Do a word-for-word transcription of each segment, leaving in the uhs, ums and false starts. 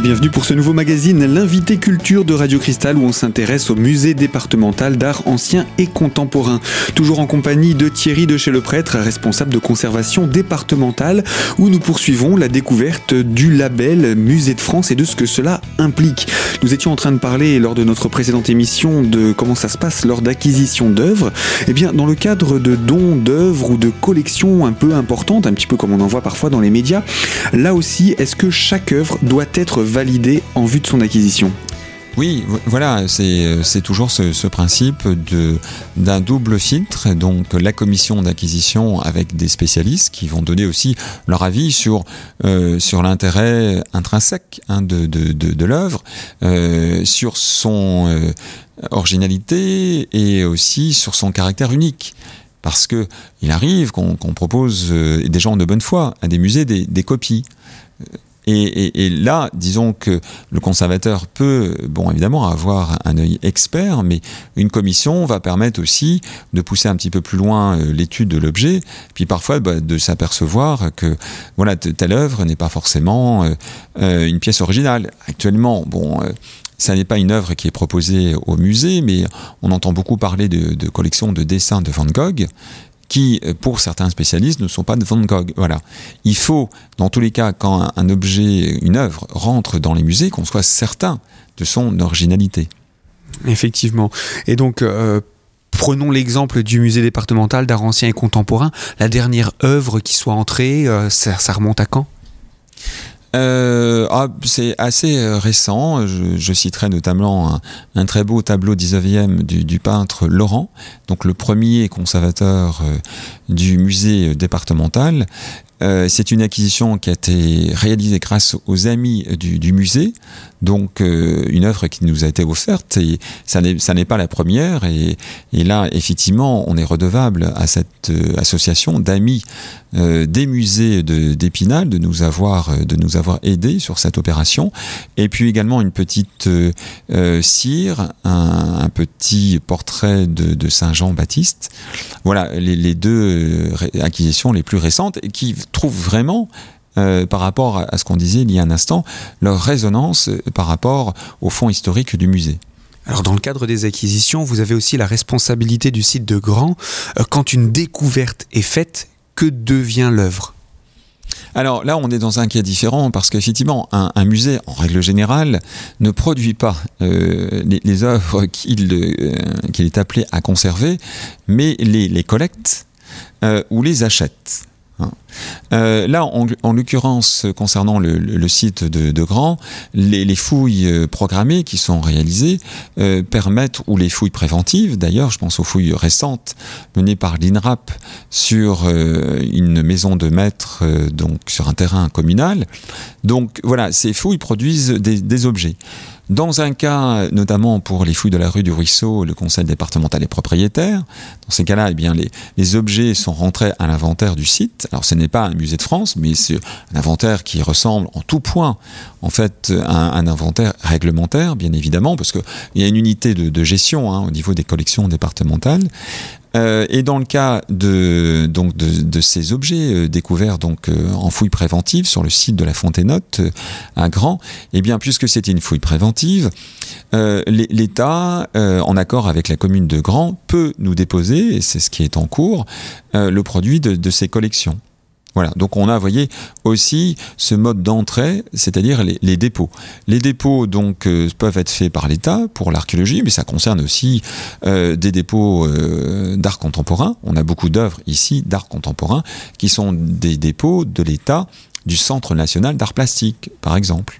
bienvenue pour ce nouveau magazine, l'invité culture de Radio Cristal, où on s'intéresse au musée départemental d'art ancien et contemporain. Toujours en compagnie de Thierry de chez Le Prêtre, responsable de conservation départementale, où nous poursuivons la découverte du label Musée de France et de ce que cela implique. Nous étions en train de parler lors de notre précédente émission de comment ça se passe lors d'acquisition d'œuvres. Eh bien, dans le cadre de dons d'œuvres ou de collections un peu importantes, un petit peu comme on en voit parfois dans les médias, là aussi, est-ce que chaque œuvre doit être validée en vue de son acquisition ? Oui, voilà, c'est, c'est toujours ce, ce principe de, d'un double filtre, donc la commission d'acquisition avec des spécialistes qui vont donner aussi leur avis sur, euh, sur l'intérêt intrinsèque hein, de, de, de, de l'œuvre, euh, sur son euh, originalité et aussi sur son caractère unique. Parce que il arrive qu'on, qu'on propose, euh, des gens de bonne foi, à des musées des, des copies. Et, et, et là, disons que le conservateur peut, bon, évidemment, avoir un œil expert, mais une commission va permettre aussi de pousser un petit peu plus loin euh, l'étude de l'objet, puis parfois bah, de s'apercevoir que, voilà, t- telle œuvre n'est pas forcément euh, euh, une pièce originale. Actuellement, bon. Euh, Ça n'est pas une œuvre qui est proposée au musée, mais on entend beaucoup parler de, de collections de dessins de Van Gogh, qui, pour certains spécialistes, ne sont pas de Van Gogh. Voilà. Il faut, dans tous les cas, quand un, un objet, une œuvre rentre dans les musées, qu'on soit certain de son originalité. Effectivement. Et donc, euh, prenons l'exemple du musée départemental d'art ancien et contemporain. La dernière œuvre qui soit entrée, euh, ça, ça remonte à quand ? Euh, ah, c'est assez récent. Je, je citerai notamment un, un très beau tableau dix-neuvième du, du peintre Laurent, donc le premier conservateur euh, du musée départemental. Euh, c'est une acquisition qui a été réalisée grâce aux amis du, du musée, donc euh, une œuvre qui nous a été offerte, et ça n'est, ça n'est pas la première, et, et là effectivement on est redevable à cette euh, association d'amis euh, des musées de, d'Épinal de nous avoir, de nous avoir aidés sur cette opération, et puis également une petite euh, euh, cire, un, un petit portrait de, de Saint Jean-Baptiste. Voilà les, les deux euh, acquisitions les plus récentes, et qui trouvent vraiment, euh, par rapport à ce qu'on disait il y a un instant, leur résonance par rapport au fond historique du musée. Alors dans le cadre des acquisitions, vous avez aussi la responsabilité du site de Grand. Euh, quand une découverte est faite, que devient l'œuvre ? Alors là, on est dans un cas différent parce qu'effectivement, un, un musée, en règle générale, ne produit pas euh, les, les œuvres qu'il, euh, qu'il est appelé à conserver, mais les, les collecte euh, ou les achète. Euh, là, en, en l'occurrence, concernant le, le site de, de Grand, les, les fouilles programmées qui sont réalisées euh, permettent, ou les fouilles préventives, d'ailleurs, je pense aux fouilles récentes menées par l'I N R A P sur euh, une maison de maître, euh, donc sur un terrain communal. Donc voilà, ces fouilles produisent des, des objets. Dans un cas, notamment pour les fouilles de la rue du Ruisseau, le conseil départemental est propriétaire. Dans ces cas-là, eh bien, les, les objets sont rentrés à l'inventaire du site. Alors, ce n'est pas un musée de France, mais c'est un inventaire qui ressemble en tout point, en fait, à un, un inventaire réglementaire, bien évidemment, parce qu'il y a une unité de, de gestion hein, au niveau des collections départementales. Euh, et dans le cas de, donc de, de ces objets euh, découverts donc, euh, en fouille préventive sur le site de la Fontaine-Haute euh, à Grand, eh bien, puisque c'était une fouille préventive, euh, l'État, euh, en accord avec la commune de Grand, peut nous déposer, et c'est ce qui est en cours, euh, le produit de, de ces collections. Voilà, donc on a, vous voyez, aussi ce mode d'entrée, c'est-à-dire les, les dépôts. Les dépôts donc euh, peuvent être faits par l'État pour l'archéologie, mais ça concerne aussi euh, des dépôts euh, d'art contemporain. On a beaucoup d'œuvres ici d'art contemporain qui sont des dépôts de l'État, du Centre national d'art plastique, par exemple.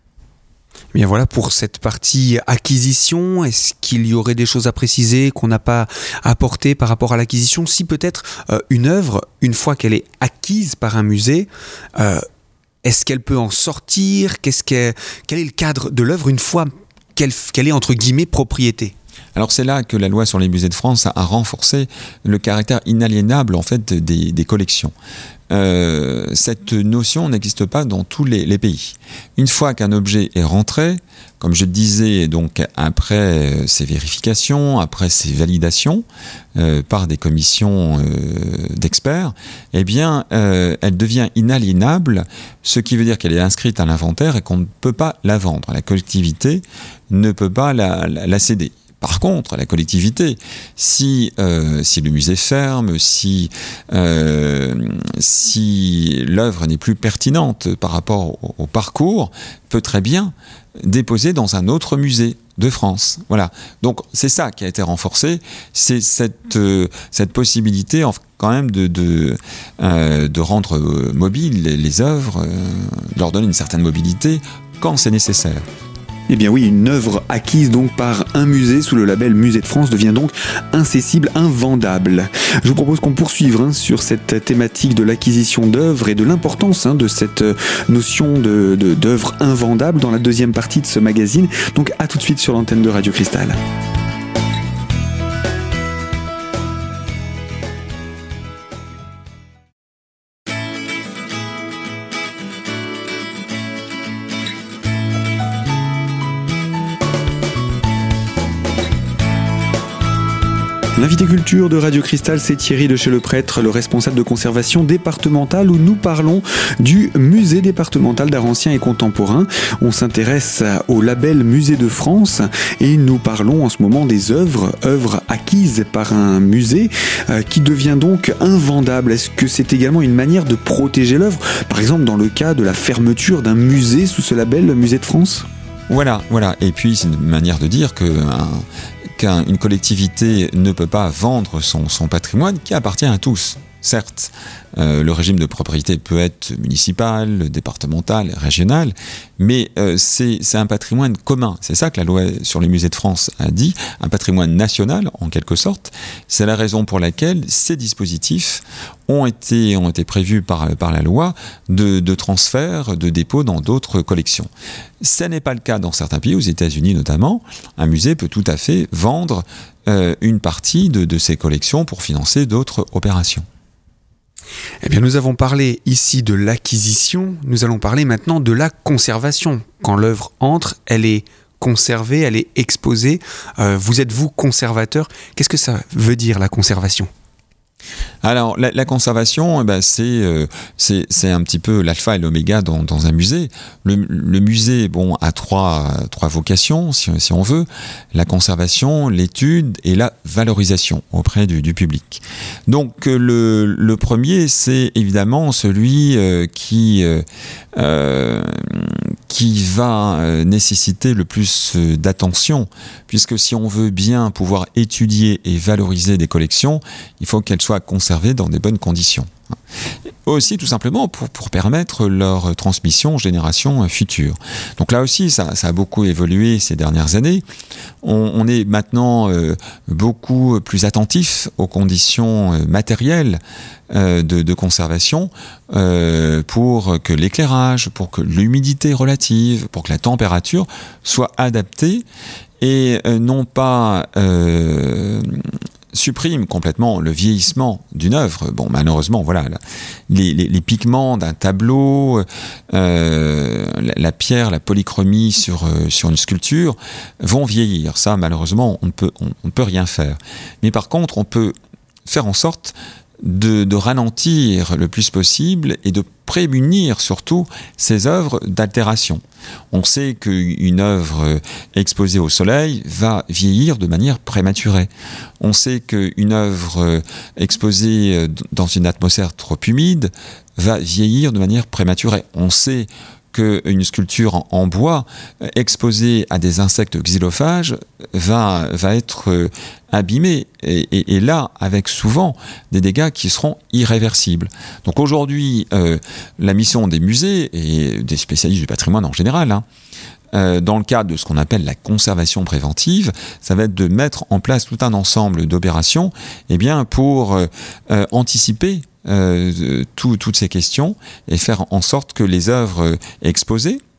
Bien voilà pour cette partie acquisition. Est-ce qu'il y aurait des choses à préciser qu'on n'a pas apportées par rapport à l'acquisition ? Si peut-être euh, une œuvre, une fois qu'elle est acquise par un musée, euh, est-ce qu'elle peut en sortir ? Qu'est-ce qu'est, quel est le cadre de l'œuvre une fois qu'elle, qu'elle est entre guillemets propriété ? Alors c'est là que la loi sur les musées de France a, a renforcé le caractère inaliénable en fait des, des collections. Euh, cette notion n'existe pas dans tous les, les pays. Une fois qu'un objet est rentré, comme je disais, donc après ces vérifications, après ces validations euh, par des commissions euh, d'experts, eh bien, euh, elle devient inaliénable, ce qui veut dire qu'elle est inscrite à l'inventaire et qu'on ne peut pas la vendre. La collectivité ne peut pas la, la, la céder. Par contre, la collectivité, si, euh, si le musée ferme, si, euh, si l'œuvre n'est plus pertinente par rapport au, au parcours, peut très bien déposer dans un autre musée de France. Voilà. Donc c'est ça qui a été renforcé, c'est cette, euh, cette possibilité quand même de, de, euh, de rendre mobiles les, les œuvres, euh, de leur donner une certaine mobilité quand c'est nécessaire. Eh bien oui, une œuvre acquise donc par un musée sous le label Musée de France devient donc incessible, invendable. Je vous propose qu'on poursuive hein, sur cette thématique de l'acquisition d'œuvres et de l'importance hein, de cette notion de, de, d'œuvre invendable dans la deuxième partie de ce magazine. Donc à tout de suite sur l'antenne de Radio Cristal. L'invité culture de Radio Cristal, c'est Thierry de chez Le Prêtre, le responsable de conservation départementale, où nous parlons du musée départemental d'art ancien et contemporain. On s'intéresse au label Musée de France et nous parlons en ce moment des œuvres, œuvres acquises par un musée euh, qui devient donc invendable. Est-ce que c'est également une manière de protéger l'œuvre, par exemple dans le cas de la fermeture d'un musée sous ce label Musée de France ? Voilà, voilà. Et puis c'est une manière de dire que un, qu'une collectivité ne peut pas vendre son, son patrimoine qui appartient à tous. Certes, euh, le régime de propriété peut être municipal, départemental, régional, mais euh, c'est, c'est un patrimoine commun. C'est ça que la loi sur les musées de France a dit, un patrimoine national en quelque sorte. C'est la raison pour laquelle ces dispositifs ont été, ont été prévus par, par la loi de, de transfert, de dépôt dans d'autres collections. Ce n'est pas le cas dans certains pays, aux États-Unis notamment. Un musée peut tout à fait vendre euh, une partie de, de ses collections pour financer d'autres opérations. Eh bien, nous avons parlé ici de l'acquisition, nous allons parler maintenant de la conservation. Quand l'œuvre entre, elle est conservée, elle est exposée. Euh, vous êtes, vous, conservateur. Qu'est-ce que ça veut dire, la conservation ? Alors, la, la conservation, eh ben, c'est, euh, c'est, c'est un petit peu l'alpha et l'oméga dans, dans un musée. Le, le musée, bon, a trois, trois vocations, si, si on veut. La conservation, l'étude et la valorisation auprès du, du public. Donc, le, le premier, c'est évidemment celui euh, qui, euh, euh, qui va nécessiter le plus d'attention, puisque si on veut bien pouvoir étudier et valoriser des collections, il faut qu'elles soient conservées dans des bonnes conditions. Aussi, tout simplement, pour, pour permettre leur transmission aux générations futures. Donc là aussi, ça, ça a beaucoup évolué ces dernières années. On, on est maintenant euh, beaucoup plus attentif aux conditions euh, matérielles euh, de, de conservation euh, pour que l'éclairage, pour que l'humidité relative, pour que la température soit adaptée et euh, non pas... Euh, supprime complètement le vieillissement d'une œuvre. Bon, malheureusement, voilà, les, les, les pigments d'un tableau, euh, la, la pierre, la polychromie sur, euh, sur une sculpture vont vieillir. Ça, malheureusement, on ne peut, on, on ne peut rien faire. Mais par contre, on peut faire en sorte de, de ralentir le plus possible et de prémunir surtout ces œuvres d'altération. On sait qu'une œuvre exposée au soleil va vieillir de manière prématurée. On sait qu'une œuvre exposée dans une atmosphère trop humide va vieillir de manière prématurée. On sait qu'une sculpture en, en bois exposée à des insectes xylophages va, va être abîmée et, et, et là avec souvent des dégâts qui seront irréversibles. Donc aujourd'hui, euh, la mission des musées et des spécialistes du patrimoine en général, hein, euh, dans le cadre de ce qu'on appelle la conservation préventive, ça va être de mettre en place tout un ensemble d'opérations eh bien, pour euh, euh, anticiper Euh, tout, toutes ces questions et faire en sorte que les œuvres exposées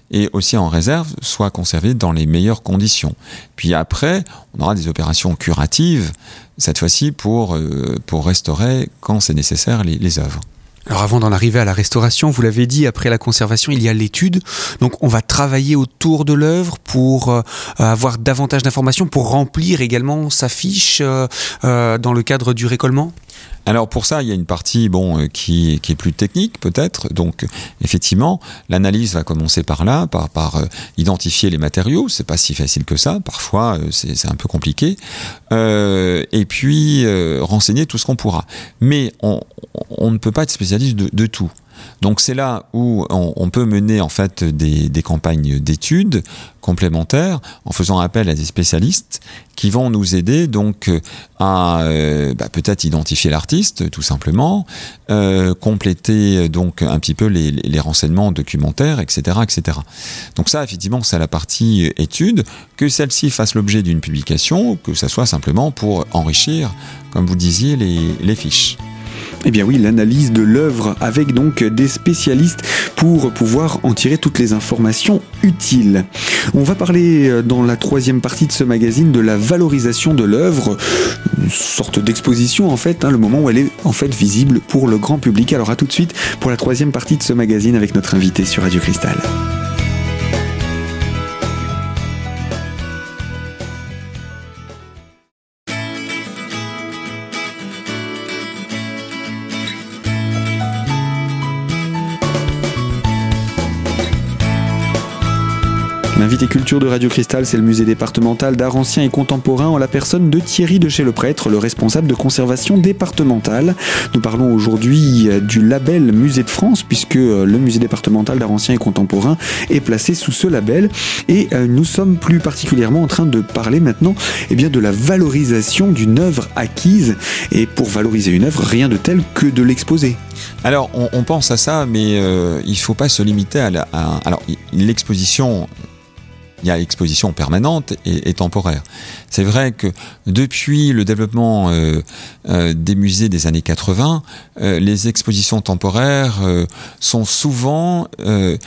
et aussi en réserve soient conservés dans les meilleures conditions. Puis après, on aura des opérations curatives, cette fois-ci pour, euh, pour restaurer, quand c'est nécessaire, les, les œuvres. Alors avant d'en arriver à la restauration, vous l'avez dit, après la conservation, il y a l'étude. Donc on va travailler autour de l'œuvre pour euh, avoir davantage d'informations, pour remplir également sa fiche euh, euh, dans le cadre du récolement. Alors pour ça, il y a une partie bon, euh, qui, qui est plus technique peut-être. Donc effectivement, l'analyse va commencer par là, par, par euh, identifier les matériaux. C'est pas si facile que ça. Parfois, euh, c'est, c'est un peu compliqué. Euh, et puis euh, renseigner tout ce qu'on pourra. Mais on, on ne peut pas être spécialiste de, de tout. Donc c'est là où on, on peut mener en fait des, des campagnes d'études complémentaires en faisant appel à des spécialistes qui vont nous aider donc à euh, bah, peut-être identifier l'artiste tout simplement, euh, compléter donc un petit peu les, les renseignements documentaires, et cetera, et cetera. Donc ça effectivement c'est la partie étude, que celle-ci fasse l'objet d'une publication, que ça soit simplement pour enrichir, comme vous disiez, les, les fiches. Eh bien oui, l'analyse de l'œuvre avec donc des spécialistes pour pouvoir en tirer toutes les informations utiles. On va parler dans la troisième partie de ce magazine de la valorisation de l'œuvre, une sorte d'exposition en fait, hein, le moment où elle est en fait visible pour le grand public. Alors à tout de suite pour la troisième partie de ce magazine avec notre invité sur Radio Cristal. L'invité culture de Radio Cristal, c'est le musée départemental d'art ancien et contemporain en la personne de Thierry de chez Le Prêtre, le responsable de conservation départementale. Nous parlons aujourd'hui du label Musée de France, puisque le musée départemental d'art ancien et contemporain est placé sous ce label. Et nous sommes plus particulièrement en train de parler maintenant eh bien, de la valorisation d'une œuvre acquise. Et pour valoriser une œuvre, rien de tel que de l'exposer. Alors, on, on pense à ça, mais euh, il ne faut pas se limiter à, la, à... Alors, l'exposition... Il y a exposition permanente et, et temporaire. C'est vrai que depuis le développement euh, euh, des musées des années quatre-vingts, euh, les expositions temporaires euh, sont souvent euh,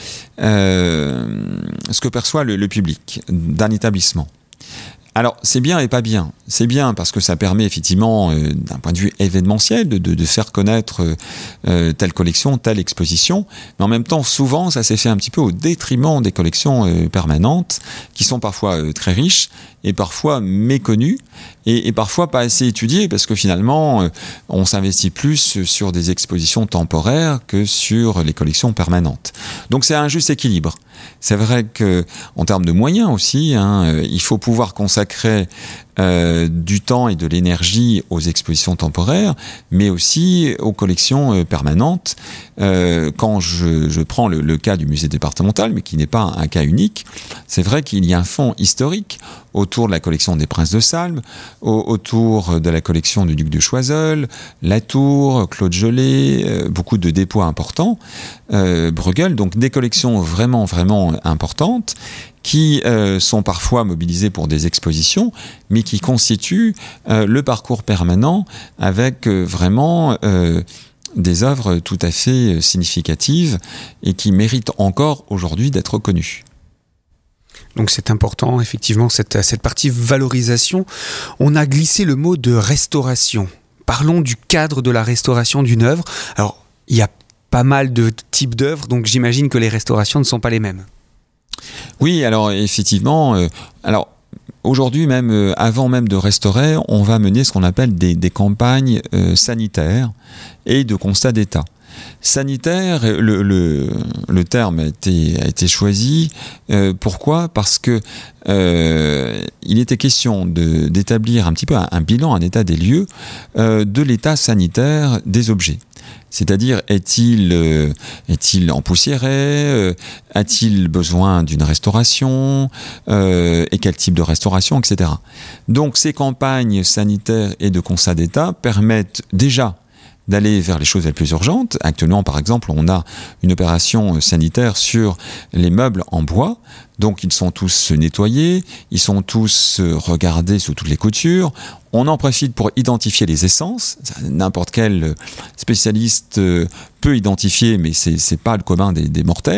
euh, ce que perçoit le, le public d'un établissement. Alors, c'est bien et pas bien. C'est bien parce que ça permet effectivement, euh, d'un point de vue événementiel, de, de, de faire connaître euh, telle collection, telle exposition. Mais en même temps, souvent, ça s'est fait un petit peu au détriment des collections euh, permanentes, qui sont parfois euh, très riches et parfois méconnues et, et parfois pas assez étudiées, parce que finalement, euh, on s'investit plus sur des expositions temporaires que sur les collections permanentes. Donc, c'est un juste équilibre. C'est vrai qu'en termes de moyens aussi, hein, il faut pouvoir consacrer euh, du temps et de l'énergie aux expositions temporaires, mais aussi aux collections euh, permanentes. Euh, quand je, je prends le, le cas du musée départemental, mais qui n'est pas un, un cas unique, c'est vrai qu'il y a un fond historique autour de la collection des Princes de Salm, au, autour de la collection du Duc de Choiseul, Latour, Claude Gelée, euh, beaucoup de dépôts importants, euh, Bruegel, donc des collections vraiment, vraiment importantes, qui euh, sont parfois mobilisés pour des expositions, mais qui constituent euh, le parcours permanent avec euh, vraiment euh, des œuvres tout à fait significatives et qui méritent encore aujourd'hui d'être connues. Donc c'est important, effectivement, cette, cette partie valorisation. On a glissé le mot de restauration. Parlons du cadre de la restauration d'une œuvre. Alors, il y a pas mal de types d'œuvres, donc j'imagine que les restaurations ne sont pas les mêmes. Oui, alors effectivement, euh, alors aujourd'hui même, euh, avant même de restaurer, on va mener ce qu'on appelle des, des campagnes euh, sanitaires et de constat d'état. Sanitaire, le, le, le terme a été, a été choisi. Euh, pourquoi ? Parce que euh, il était question de, d'établir un petit peu un, un bilan, un état des lieux euh, de l'état sanitaire des objets. C'est-à-dire, est-il, euh, est-il empoussiéré, euh, a-t-il besoin d'une restauration, euh, et quel type de restauration, et cetera. Donc, ces campagnes sanitaires et de constat d'état permettent déjà d'aller vers les choses les plus urgentes. Actuellement, par exemple, on a une opération sanitaire sur les meubles en bois. Donc, ils sont tous nettoyés, ils sont tous regardés sous toutes les coutures. On en profite pour identifier les essences. N'importe quel spécialiste peut identifier, mais c'est, c'est pas le commun des, des mortels.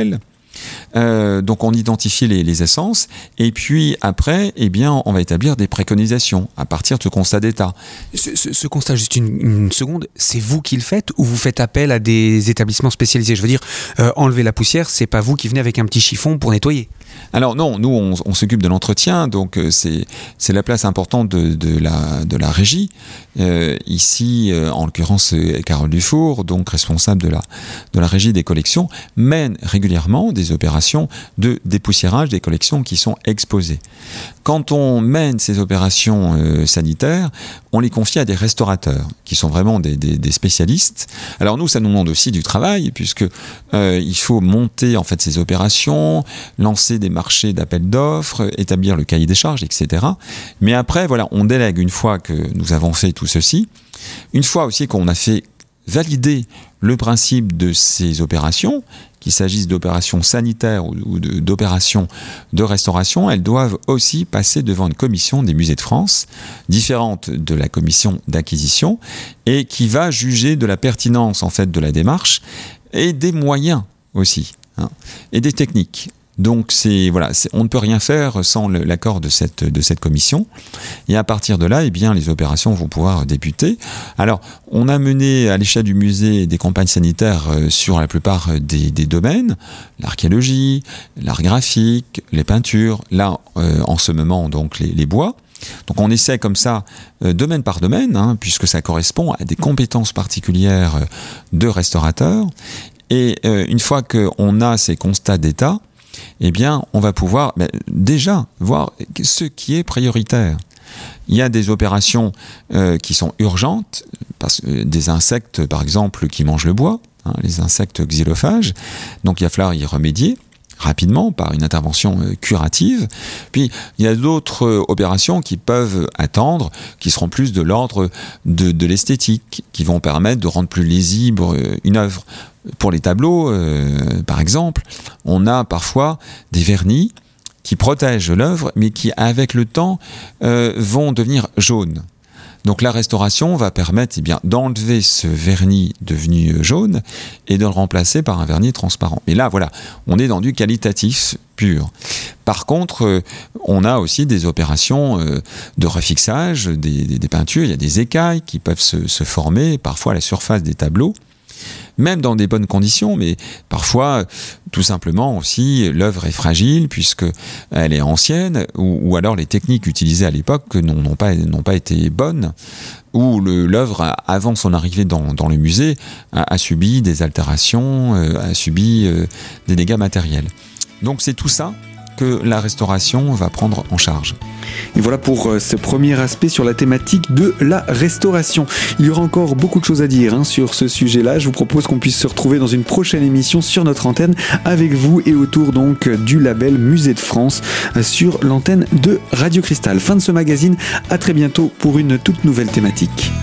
Euh, donc on identifie les, les essences et puis après, eh bien, on va établir des préconisations à partir de ce constat d'état. Ce, ce, ce constat, juste une, une seconde, c'est vous qui le faites ou vous faites appel à des établissements spécialisés? Je veux dire, euh, enlever la poussière, c'est pas vous qui venez avec un petit chiffon pour nettoyer? Alors non, nous on, on s'occupe de l'entretien, donc euh, c'est, c'est la place importante de, de, la, de la régie. Euh, ici, euh, en l'occurrence, Carole Dufour, donc responsable de la, de la régie des collections, mène régulièrement des opérations de dépoussiérage des collections qui sont exposées. Quand on mène ces opérations euh, sanitaires, on les confie à des restaurateurs qui sont vraiment des, des, des spécialistes. Alors nous, ça nous demande aussi du travail puisque euh, il faut monter en fait ces opérations, lancer des marchés d'appel d'offres, établir le cahier des charges, et cetera. Mais après, voilà, on délègue une fois que nous avons fait tout ceci. Une fois aussi qu'on a fait valider le principe de ces opérations, qu'il s'agisse d'opérations sanitaires ou de, d'opérations de restauration, elles doivent aussi passer devant une commission des musées de France, différente de la commission d'acquisition, et qui va juger de la pertinence en fait de la démarche et des moyens aussi, hein, et des techniques. Donc c'est, voilà, c'est, on ne peut rien faire sans le, l'accord de cette, de cette commission. Et à partir de là, eh bien, les opérations vont pouvoir débuter. Alors, on a mené à l'échelle du musée des campagnes sanitaires euh, sur la plupart des, des domaines, l'archéologie, l'art graphique, les peintures, là, euh, en ce moment, donc les, les bois. Donc on essaie comme ça, euh, domaine par domaine, hein, puisque ça correspond à des compétences particulières de restaurateurs. Et euh, une fois qu'on a ces constats d'état, eh bien, on va pouvoir ben, déjà voir ce qui est prioritaire. Il y a des opérations euh, qui sont urgentes, parce, euh, des insectes, par exemple, qui mangent le bois, hein, les insectes xylophages. Donc, il va falloir y remédier rapidement par une intervention euh, curative. Puis, il y a d'autres euh, opérations qui peuvent attendre, qui seront plus de l'ordre de, de l'esthétique, qui vont permettre de rendre plus lisible euh, une œuvre. Pour les tableaux, euh, par exemple, on a parfois des vernis qui protègent l'œuvre, mais qui, avec le temps, euh, vont devenir jaunes. Donc la restauration va permettre eh bien, d'enlever ce vernis devenu jaune et de le remplacer par un vernis transparent. Mais là, voilà, on est dans du qualitatif pur. Par contre, euh, on a aussi des opérations euh, de refixage des, des, des peintures. Il y a des écailles qui peuvent se, se former, parfois à la surface des tableaux, même dans des bonnes conditions, mais parfois, tout simplement aussi, l'œuvre est fragile puisqu'elle est ancienne, ou, ou alors les techniques utilisées à l'époque n'ont, n'ont, pas, n'ont pas été bonnes, ou le, l'œuvre, avant son arrivée dans, dans le musée, a, a subi des altérations, euh, a subi euh, des dégâts matériels. Donc c'est tout ça que la restauration va prendre en charge. Et voilà pour ce premier aspect sur la thématique de la restauration. Il y aura encore beaucoup de choses à dire hein, sur ce sujet-là. Je vous propose qu'on puisse se retrouver dans une prochaine émission sur notre antenne avec vous et autour donc du label Musée de France sur l'antenne de Radio Cristal. Fin de ce magazine, à très bientôt pour une toute nouvelle thématique.